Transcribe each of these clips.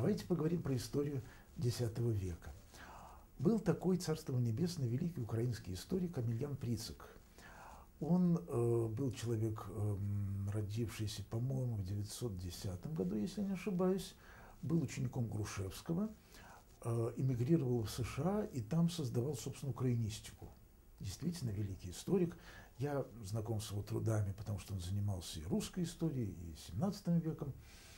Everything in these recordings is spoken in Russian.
Давайте поговорим про историю X века. Был такой, царство небесное, великий украинский историк Амельян Прицик. Он был человек, родившийся, по-моему, в 910 году, если не ошибаюсь, был учеником Грушевского, эмигрировал в США и там создавал, собственно, украинистику. Действительно великий историк. Я знаком с его трудами, потому что он занимался и русской историей, и 17 веком.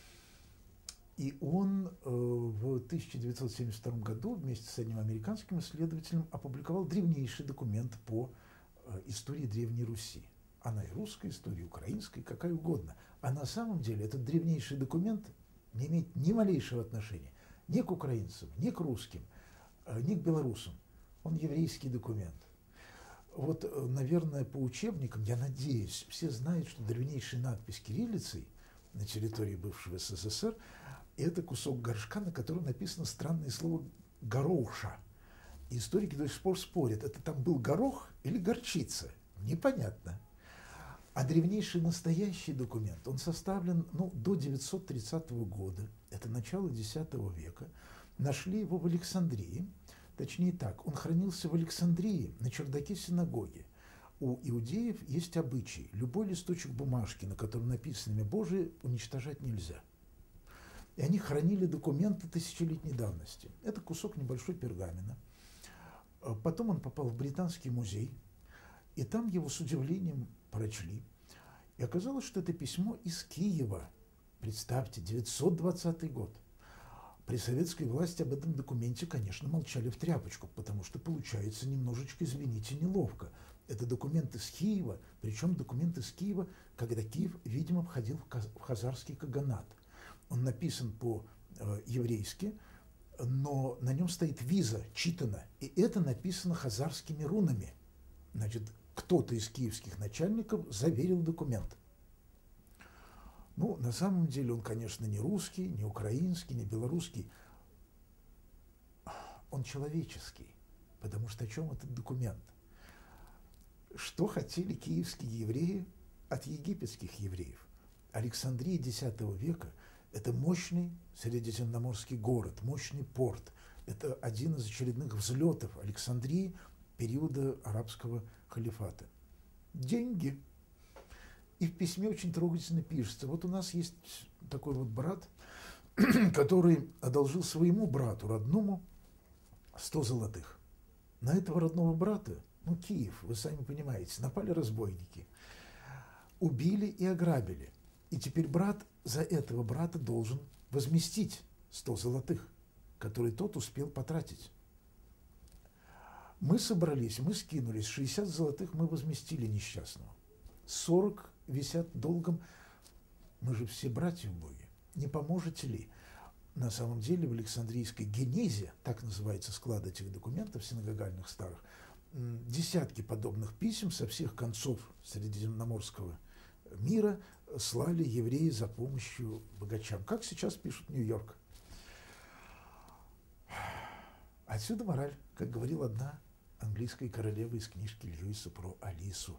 И он в 1972 году вместе с одним американским исследователем опубликовал древнейший документ по истории Древней Руси. Она и русская история, и украинская, и какая угодно. А на самом деле этот древнейший документ не имеет ни малейшего отношения ни к украинцам, ни к русским, ни к белорусам. Он еврейский документ. Вот, наверное, по учебникам, я надеюсь, все знают, что древнейшая надпись кириллицей на территории бывшего СССР – это кусок горшка, на котором написано странное слово «гороша». И историки до сих пор спорят, это там был горох или горчица. Непонятно. А древнейший настоящий документ, он составлен до 930 года, это начало X века. Нашли его в Александрии. Точнее так, он хранился в Александрии на чердаке синагоги. У иудеев есть обычай: любой листочек бумажки, на котором написано имя Божие, уничтожать нельзя. И они хранили документы тысячелетней давности. Это кусок небольшой пергамента. Потом он попал в Британский музей, и там его с удивлением прочли. И оказалось, что это письмо из Киева. Представьте, 920 год. При советской власти об этом документе, конечно, молчали в тряпочку, потому что получается немножечко, извините, неловко. Это документ из Киева, причем документ из Киева, когда Киев, видимо, входил в хазарский каганат. Он написан по-еврейски, но на нем стоит виза, читано, и это написано хазарскими рунами. Значит, кто-то из киевских начальников заверил документ. На самом деле он, конечно, не русский, не украинский, не белорусский. Он человеческий, потому что о чем этот документ? Что хотели киевские евреи от египетских евреев? Александрия X века – это мощный средиземноморский город, мощный порт. Это один из очередных взлетов Александрии периода арабского халифата. Деньги. И в письме очень трогательно пишется. Вот у нас есть такой вот брат, который одолжил своему брату родному 100 золотых. На этого родного брата, Киев, вы сами понимаете, напали разбойники, убили и ограбили. И теперь брат за этого брата должен возместить 100 золотых, которые тот успел потратить. Мы собрались, мы скинулись, 60 золотых мы возместили несчастного. 40 висят долгом. Мы же все братья в Боге. Не поможете ли? На самом деле в Александрийской генезе, так называется склад этих документов синагогальных старых, десятки подобных писем со всех концов Средиземноморского мира слали евреи за помощью богачам. Как сейчас пишут Нью-Йорк. Отсюда мораль, как говорила одна английская королева из книжки Льюиса про Алису.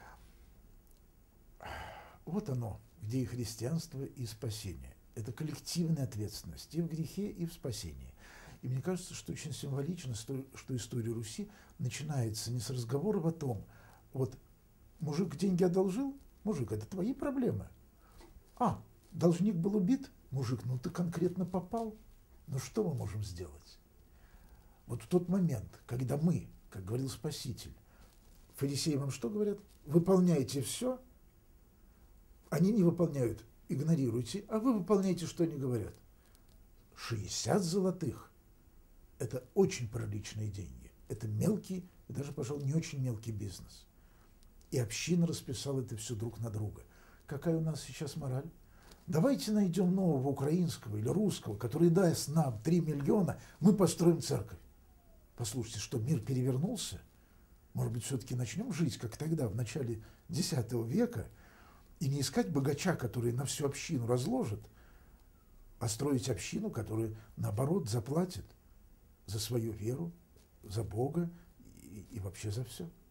Вот оно, где и христианство, и спасение. Это коллективная ответственность и в грехе, и в спасении. И мне кажется, что очень символично, что история Руси начинается не с разговоров о том, вот мужик деньги одолжил, мужик, это твои проблемы. А, должник был убит, мужик, ты конкретно попал. Что мы можем сделать? Вот в тот момент, когда мы, как говорил Спаситель, фарисеи вам что говорят? Выполняйте все. Они не выполняют, игнорируйте, а вы выполняете, что они говорят. 60 золотых – это очень приличные деньги. Это мелкий, и даже, пожалуй, не очень мелкий бизнес. И община расписала это все друг на друга. Какая у нас сейчас мораль? Давайте найдем нового украинского или русского, который даст нам 3 миллиона, мы построим церковь. Послушайте, что мир перевернулся? Может быть, все-таки начнем жить, как тогда, в начале X века, и не искать богача, который на всю общину разложит, а строить общину, которая, наоборот, заплатит за свою веру, за Бога и вообще за все.